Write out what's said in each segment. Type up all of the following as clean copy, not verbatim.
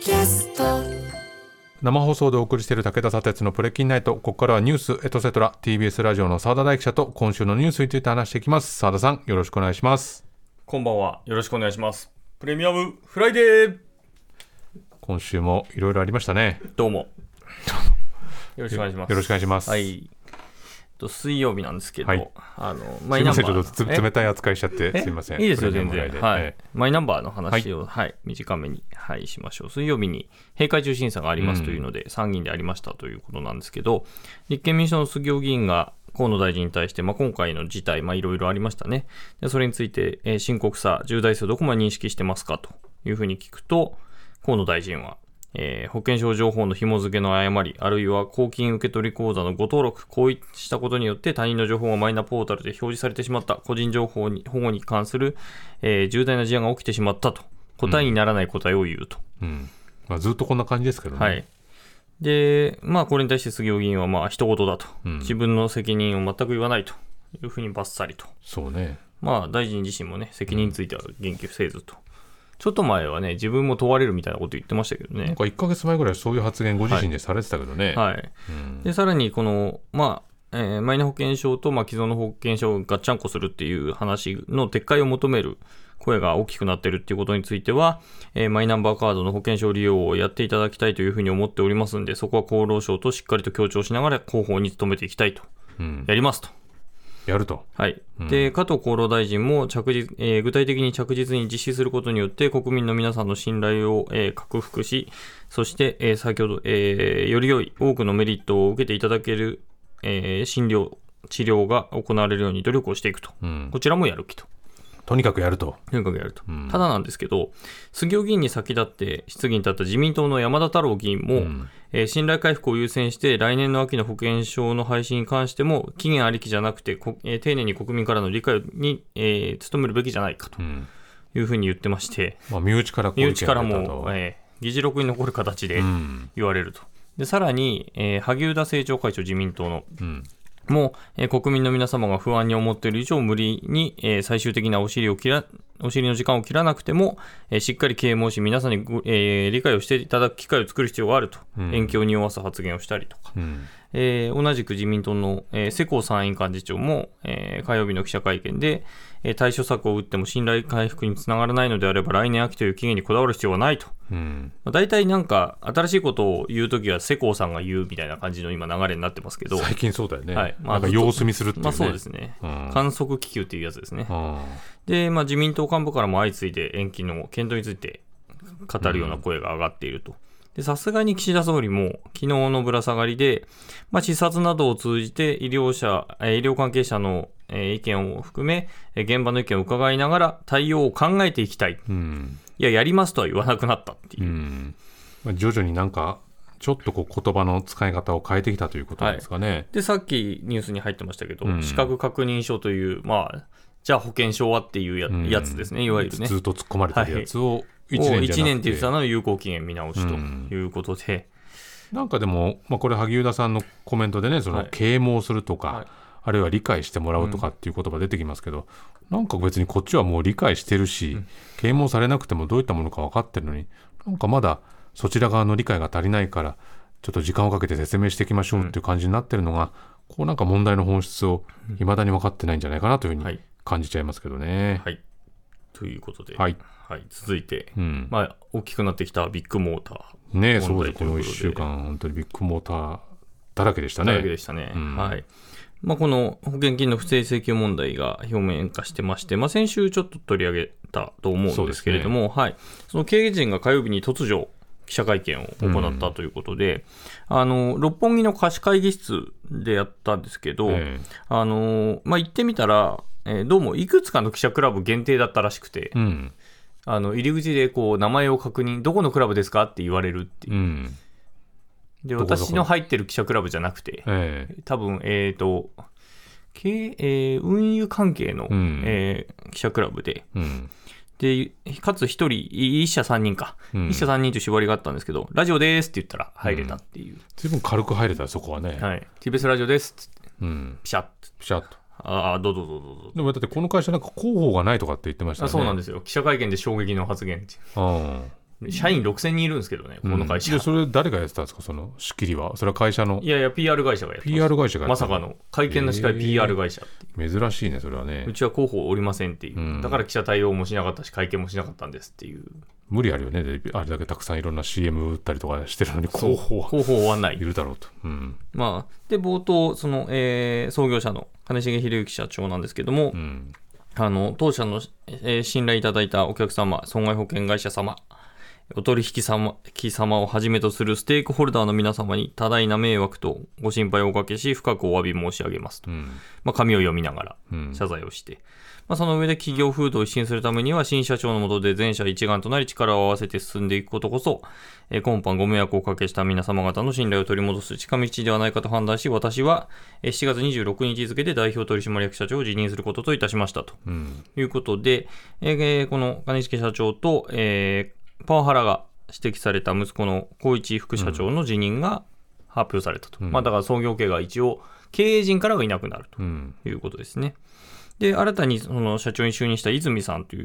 キャスト。 生放送でお送りしている武田砂鉄のプレキンナイト。ここからはニュースエトセトラ TBS ラジオの澤田大記者と今週のニュースについて話していきます。澤田さん、よろしくお願いします。 こんばんは、よろしくお願いします。プレミアムフライデー。 今週もいろいろありましたね。 どうもよろしくお願いします。 よろしくお願いします。 はい。水曜日なんですけど、 はい、 マイナンバー、 すいません、ちょっと冷たい扱いしちゃってすいません。 いいですよ全然、はい、マイナンバーの話を、 はい、 短めに、しましょう。水曜日に閉会中審査がありますというので、参議院でありましたということなんですけど、立憲民主党の杉尾議員が河野大臣に対して、今回の事態、いろいろありましたね。でそれについて、深刻さ、重大性をどこまで認識してますかというふうに聞くと、河野大臣は、保険証情報の紐付けの誤り、あるいは公金受取口座の誤登録、こうしたことによって他人の情報がマイナポータルで表示されてしまった、個人情報保護に関する、重大な事案が起きてしまったと、答えにならない答えを言うと。 ずっとこんな感じですけどね。 はい。で、これに対して杉尾議員は一言だと、自分の責任を全く言わないというふうにバッサリと。 そうね。 大臣自身もね、責任については言及せずと。ちょっと前はね、自分も問われるみたいなこと言ってましたけどね。 なんか1ヶ月前ぐらいそういう発言ご自身でされてたけどね。 はい。で、さらにこの、マイナ保険証と既存の保険証をガッチャンコするっていう話の撤回を求める声が大きくなっているっていうことについては、マイナンバーカードの保険証利用をやっていただきたいというふうに思っておりますんで、そこは厚労省としっかりと協調しながら広報に努めていきたいと。やりますと。 やると。 はい。で、加藤厚労大臣も具体的に着実に実施することによって国民の皆さんの信頼を、獲得し、そして、先ほど、より良い多くのメリットを受けていただける、診療、治療が行われるように努力をしていくと。こちらもやる気と。 とにかくやると。 ただなんですけど、杉尾議員に先立って質疑に立った自民党の山田太郎議員も、信頼回復を優先して来年の秋の保険証の廃止に関しても期限ありきじゃなくて、丁寧に国民からの理解に、努めるべきじゃないかというふうに言ってまして、 身内からも、議事録に残る形で言われると。でさらに、萩生田政調会長自民党の、もう、国民の皆様が不安に思っている以上無理に、最終的なお尻の時間を切らなくても、しっかり啓蒙し皆さんに、理解をしていただく機会を作る必要があると、延期を匂わす発言をしたりとか、同じく自民党の、世耕参院幹事長も、火曜日の記者会見で、対処策を打っても信頼回復につながらないのであれば来年秋という期限にこだわる必要はないと。大体なんか新しいことを言うときは世耕さんが言うみたいな感じの今流れになってますけど、 最近そうだよね。 はい、 なんか様子見するっていうね。 そうですね。観測気球っていうやつですね。で、自民党幹部からも相次いで延期の検討について語るような声が上がっていると。で、さすがに岸田総理も昨日のぶら下がりで、視察などを通じて医療関係者の意見を含め現場の意見を伺いながら対応を考えていきたい。やりますとは言わなくなったっていう。 徐々になんかちょっと言葉の使い方を変えてきたということですかね。 で、さっきニュースに入ってましたけど、資格確認書という、じゃあ保険証はっていうやつですね、いわゆるね。 ずっと突っ込まれてるやつを1 年って言ってたのの有効期限見直しということで、 なんかでも、これ萩生田さんのコメントでね、その啓蒙するとか、あるいは理解してもらうとかっていう言葉出てきますけど、なんか別にこっちはもう理解してるし、啓蒙されなくてもどういったものか分かってるのに、なんかまだそちら側の理解が足りないからちょっと時間をかけて説明していきましょうっていう感じになってるのが、なんか問題の本質を未だに分かってないんじゃないかなというふうに感じちゃいますけどね。 ということで、続いて、大きくなってきたビッグモーターね。そうです。この1週間本当にビッグモーターだらけでしたね。 この保険金の不正請求問題が表面化してまして、先週ちょっと取り上げたと思うんですけれども、その経営陣が火曜日に突如記者会見を行ったということで、六本木の貸し会議室でやったんですけど、行ってみたら、どうもいくつかの記者クラブ限定だったらしくて、入り口で名前を確認、どこのクラブですかって言われるっていう。で、私の入ってる記者クラブじゃなくて、多分、運輸関係の、記者クラブで、で、かつ一社3人か、一社3人という縛りがあったんですけど、ラジオですって言ったら入れたっていう。 随分軽く入れた、そこはね。 TBS ラジオですって言って、ピシャッと。どうぞ。 でもだってこの会社なんか広報がないとかって言ってましたね。 そうなんですよ。記者会見で衝撃の発言っていう。 社員6000人いるんですけどね、この会社。 でそれ誰がやってたんですか、その仕切りは。それは会社の。 いやいや、PR 会社がやってます。 PR 会社がやまってたさかの会見の司会 PR 会社っていう、 珍しいねそれはね。 うちは広報おりませんっていう、だから記者対応もしなかったし会見もしなかったんですっていう。 無理あるよね、あれだけたくさんいろんな CM 打ったりとかしてるのに広報はないいるだろうと、 まあ、で冒頭その、創業者の金重博之社長なんですけども、当社の、信頼いただいたお客様、損害保険会社様、お取引様をはじめとするステークホルダーの皆様に多大な迷惑とご心配をおかけし深くお詫び申し上げますと、紙を読みながら謝罪をして、その上で企業風土を一新するためには新社長の下で全社一丸となり力を合わせて進んでいくことこそ、今般ご迷惑をおかけした皆様方の信頼を取り戻す近道ではないかと判断し、私は7月26日付で代表取締役社長を辞任することといたしましたと、いうことで、この金重社長と、パワハラが指摘された息子の宏一副社長の辞任が発表されたと、だから創業家が一応経営陣からはいなくなるということですね。で新たにその社長に就任した泉さんという、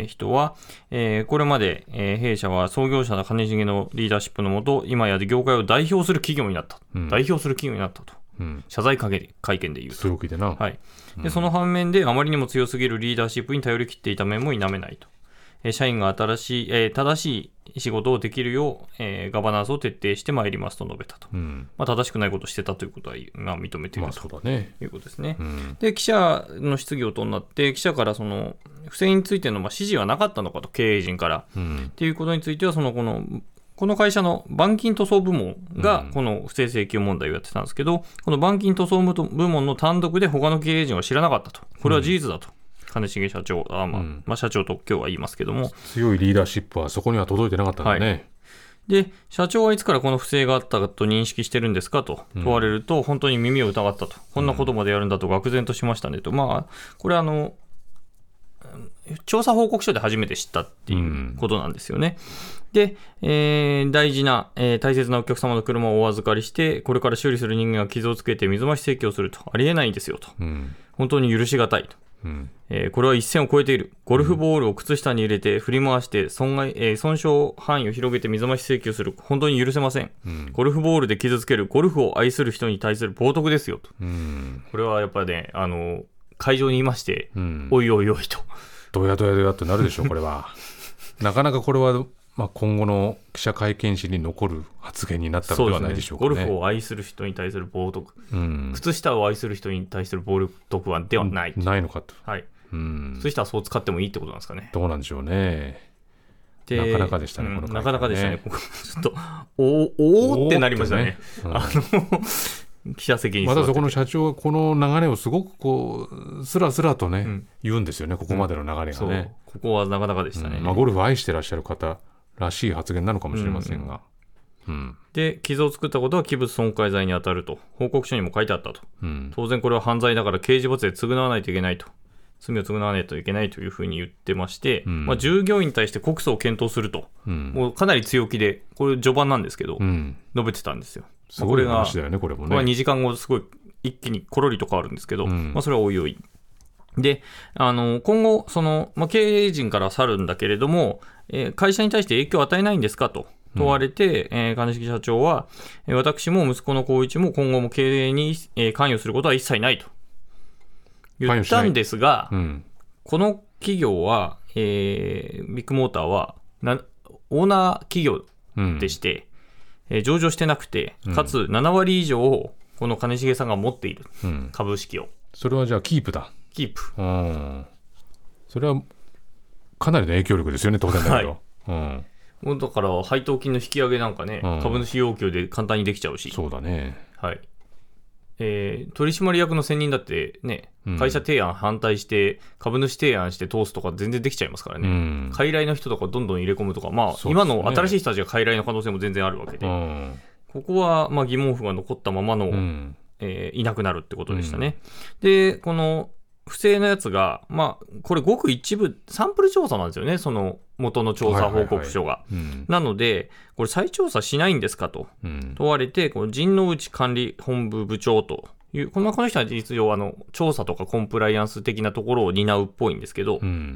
人は、これまで、弊社は創業者の金重のリーダーシップのもと今や業界を代表する企業になった、代表する企業になったと、謝罪会見で言うと強気でな、 でその反面であまりにも強すぎるリーダーシップに頼り切っていた面も否めないと。社員が正しい仕事をできるよう、ガバナンスを徹底してまいりますと述べたと、正しくないことをしてたということは、認めているということですね。で記者の質疑応答になって記者からその不正についての指示はなかったのかと経営陣から、っていうことについてはこの会社の板金塗装部門がこの不正請求問題をやってたんですけど、この板金塗装部門の単独で他の経営陣は知らなかったと、これは事実だと、金重社長、社長と今日は言いますけども、 強いリーダーシップはそこには届いてなかったんだね。 で社長はいつからこの不正があったかと認識してるんですかと問われると、本当に耳を疑ったと、こんなことまでやるんだと愕然としましたねと、これは調査報告書で初めて知ったっていうことなんですよね。で、大事な、大切なお客様の車をお預かりして、これから修理する人間が傷をつけて水増し請求をすると、ありえないんですよと、本当に許しがたいと。これは一線を越えている。ゴルフボールを靴下に入れて振り回して損傷範囲を広げて水増し請求する。本当に許せません。ゴルフボールで傷つけるゴルフを愛する人に対する冒涜ですよと。これはやっぱりね、会場にいまして、おいおいおいと。 どやどやどやってなるでしょう、これは。なかなかこれは、今後の記者会見誌に残る発言になったのではないでしょうかね。 ゴルフを愛する人に対する冒涜、靴下を愛する人に対する冒涜はではない、 ないのかと。 靴下はそう使ってもいいってことなんですかね。 どうなんでしょうね。なかなかでしたね、この会見ね。 なかなかでしたね。ちょっとおーってなりましたね。記者席にまたそこの社長はこの流れをすごくスラスラとね、言うんですよね、ここまでの流れがね。 ここはなかなかでしたね。 ゴルフを愛してらっしゃる方らしい発言なのかもしれませんが、 で傷を作ったことは器物損壊罪に当たると報告書にも書いてあったと、当然これは犯罪だから刑事罰で償わないといけないと、罪を償わないといけないというふうに言ってまして、従業員に対して告訴を検討すると、もうかなり強気で、これ序盤なんですけど、述べてたんですよ。 すごい話だよね、これもね。 これは2時間後すごい一気にコロリと変わるんですけど、それはおいおいで、今後経営陣から去るんだけれども、会社に対して影響を与えないんですかと問われて、金重社長は、私も息子の宏一も今後も経営に、関与することは一切ないと言ったんですが、この企業は、ビッグモーターはオーナー企業でして、上場してなくて、かつ7割以上をこの金重さんが持っている、株式を。 それはじゃあキープだ。 キープ。 それはかなりの影響力ですよね、当然だけど。 だから配当金の引き上げなんかね、株主要求で簡単にできちゃうし。 そうだね。 取締役の選任だってね、会社提案反対して株主提案して通すとか全然できちゃいますからね、傀儡の人とかどんどん入れ込むとか、今の新しい人たちが傀儡の可能性も全然あるわけで、ここは疑問符が残ったままの、いなくなるってことでしたね。でこの不正のやつが、これごく一部サンプル調査なんですよね、その元の調査報告書が。なのでこれ再調査しないんですかと問われて、この陣内管理本部部長というこの人は実情調査とかコンプライアンス的なところを担うっぽいんですけど、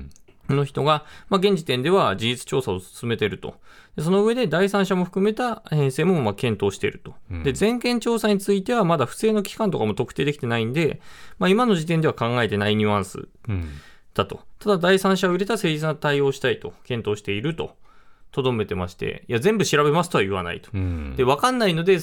の人が、現時点では事実調査を進めていると。でその上で第三者も含めた編成も検討していると。で、全件調査についてはまだ不正の期間とかも特定できてないんで、今の時点では考えてないニュアンスだと。ただ第三者を入れた誠実な対応をしたいと検討していると。とどめてまして、いや、全部調べますとは言わないと。で、わかんないので、例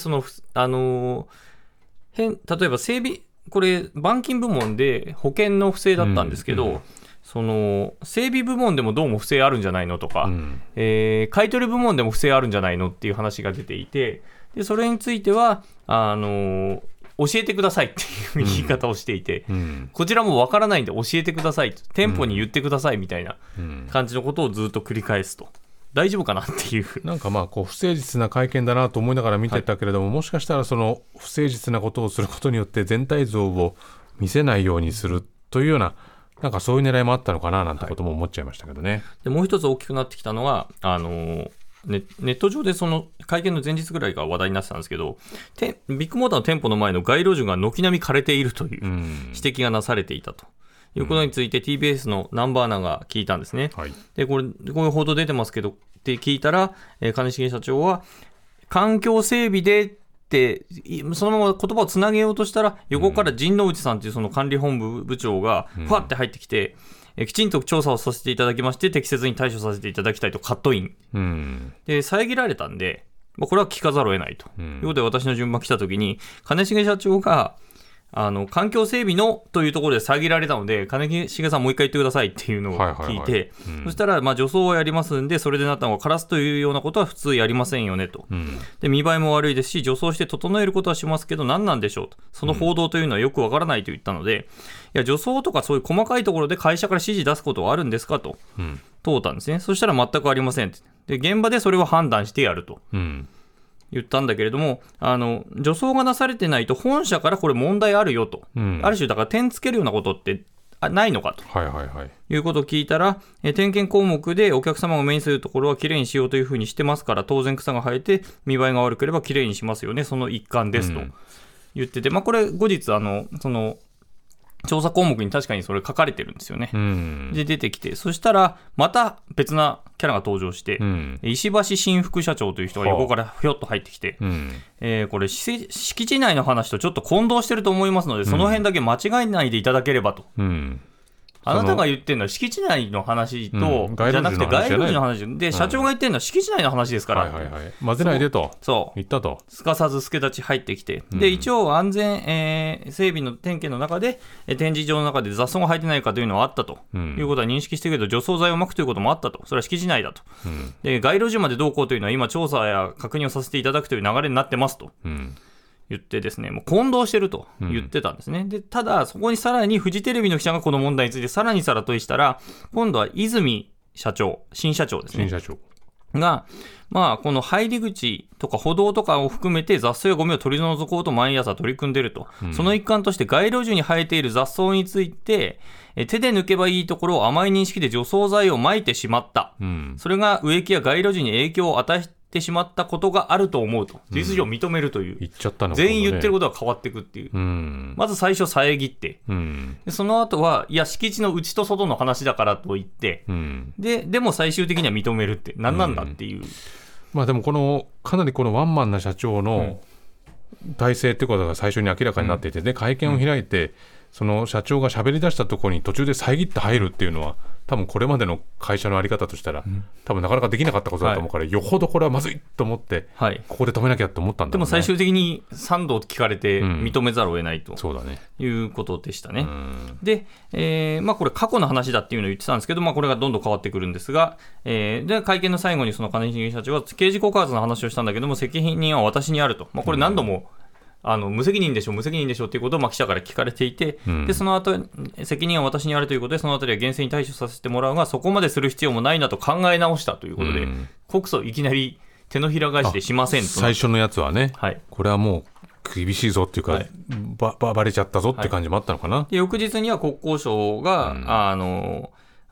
えば整備、これ、板金部門で保険の不正だったんですけど、整備部門でもどうも不正あるんじゃないのとか、買取部門でも不正あるんじゃないのっていう話が出ていて、でそれについては教えてくださいっていう言い方をしていて、こちらもわからないんで教えてください、店舗に言ってくださいみたいな感じのことをずっと繰り返すと。大丈夫かなっていう。 なんかこう不誠実な会見だなと思いながら見てたけれども、もしかしたらその不誠実なことをすることによって全体像を見せないようにするというような、なんかそういう狙いもあったのかななんてことも思っちゃいましたけどね。 でもう一つ大きくなってきたのはネット上でその会見の前日ぐらいが話題になってたんですけど、ビッグモーターの店舗の前の街路樹が軒並み枯れているという指摘がなされていたということについて TBS の南波アナが聞いたんですね。でこういう報道出てますけどって聞いたら、兼重社長は環境整備でってそのまま言葉をつなげようとしたら、横から陣内さんというその管理本部部長がふわって入ってきて、きちんと調査をさせていただきまして適切に対処させていただきたいとカットイン、で遮られたんで、これは聞かざるを得ないということで、私の順番来た時に兼重社長が環境整備のというところで遮られたので、兼重さんもう一回言ってくださいっていうのを聞いて、そしたら除草はやりますんで、それでなったのが枯らすというようなことは普通やりませんよねと、で見栄えも悪いですし除草して整えることはしますけど何なんでしょうと、その報道というのはよくわからないと言ったので、いや除草とかそういう細かいところで会社から指示出すことはあるんですかと問うたんですね。そしたら全くありませんって、で現場でそれを判断してやると、言ったんだけれども、除草がなされてないと本社からこれ問題あるよと、ある種だから点つけるようなことってないのかと、いうことを聞いたら、点検項目でお客様が目にするところはきれいにしようというふうにしてますから、当然草が生えて見栄えが悪ければきれいにしますよね、その一環ですと言ってて、これ後日その調査項目に確かにそれ書かれてるんですよね。で出てきて、そしたらまた別なキャラが登場して、石橋新副社長という人が横からひょっと入ってきて、これ敷地内の話とちょっと混同してると思いますので、その辺だけ間違えないでいただければと。あなたが言ってるのは敷地内の話と、じゃなくて街路樹の話で、社長が言ってるのは敷地内の話ですから、 混ぜないでと言ったと、 すかさず助立ち入ってきて、で一応安全、整備の点検の中で、展示場の中で雑草が生えてないかというのはあったと、いうことは認識してるけど、除草剤をまくということもあったと、それは敷地内だと、で街路樹までどうこうというのは今調査や確認をさせていただくという流れになってますと。言ってですね、もう混同してると言ってたんですね。でただそこにさらにフジテレビの記者がこの問題についてさらにさら問いしたら、今度は泉社長、新社長ですね、がこの入り口とか歩道とかを含めて雑草やゴミを取り除こうと毎朝取り組んでいると、その一環として街路樹に生えている雑草について手で抜けばいいところを甘い認識で除草剤を撒いてしまった、それが植木や街路樹に影響を与えてしまったことがあると思うと、事実上認めるという、 言っちゃったの、 全員言ってることが変わっていくっていう、まず最初遮って、でその後はいや敷地の内と外の話だからと言って、でも最終的には認めるって何なんだっていう、 でもかなりこのワンマンな社長の体制ってことが最初に明らかになっていて、で会見を開いて、その社長が喋り出したところに途中で遮って入るっていうのは、多分これまでの会社のあり方としたら、多分なかなかできなかったことだと思うから、よほどこれはまずいと思って、ここで止めなきゃと思ったんだろうね。 でも最終的に3度聞かれて認めざるを得ないと、いうことでしたね。で、これ過去の話だっていうのを言ってたんですけど、これがどんどん変わってくるんですが、で会見の最後にその兼重社長は刑事告発の話をしたんだけども、責任は私にあると、これ何度も無責任でしょ無責任でしょということを記者から聞かれていて、でその後責任は私にあるということで、そのあたりは厳正に対処させてもらうが、そこまでする必要もないなと考え直したということで、告訴いきなり手のひら返しでしませんと。 最初のやつはね、これはもう厳しいぞっていうか、バレちゃったぞっていう感じもあったのかな。 で翌日には国交省が、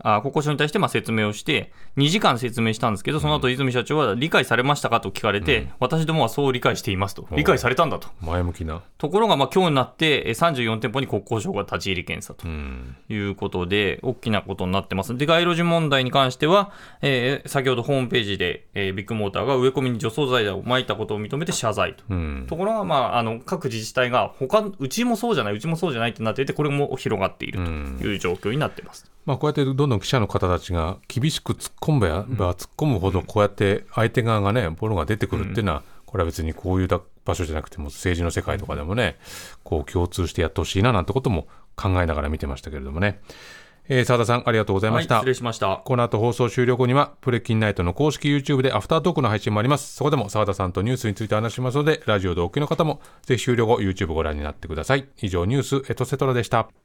国交省に対して説明をして2時間説明したんですけど、その後泉社長は理解されましたかと聞かれて、私どもはそう理解していますと、理解されたんだと。 前向きなところが今日になって34店舗に国交省が立ち入り検査ということで、大きなことになってます。で、街路樹問題に関しては、先ほどホームページで、ビッグモーターが植え込みに除草剤を撒いたことを認めて謝罪と、ところが、各自治体がうちもそうじゃないってなっていて、これも広がっているという状況になっています。 こうやってどんどん記者の方たちが厳しく突っ込めば突っ込むほど、こうやって相手側がねボロが出てくるっていうのは、これは別にこういう場所じゃなくても政治の世界とかでもね、こう共通してやってほしいななんてことも考えながら見てましたけれどもね。澤田さんありがとうございました。 失礼しました。 この後放送終了後にはプレキンナイトの公式 YouTube でアフタートークの配信もあります。そこでも澤田さんとニュースについて話しますので、ラジオでお聞きの方もぜひ終了後 YouTube ご覧になってください。以上ニュースエトセトラでした。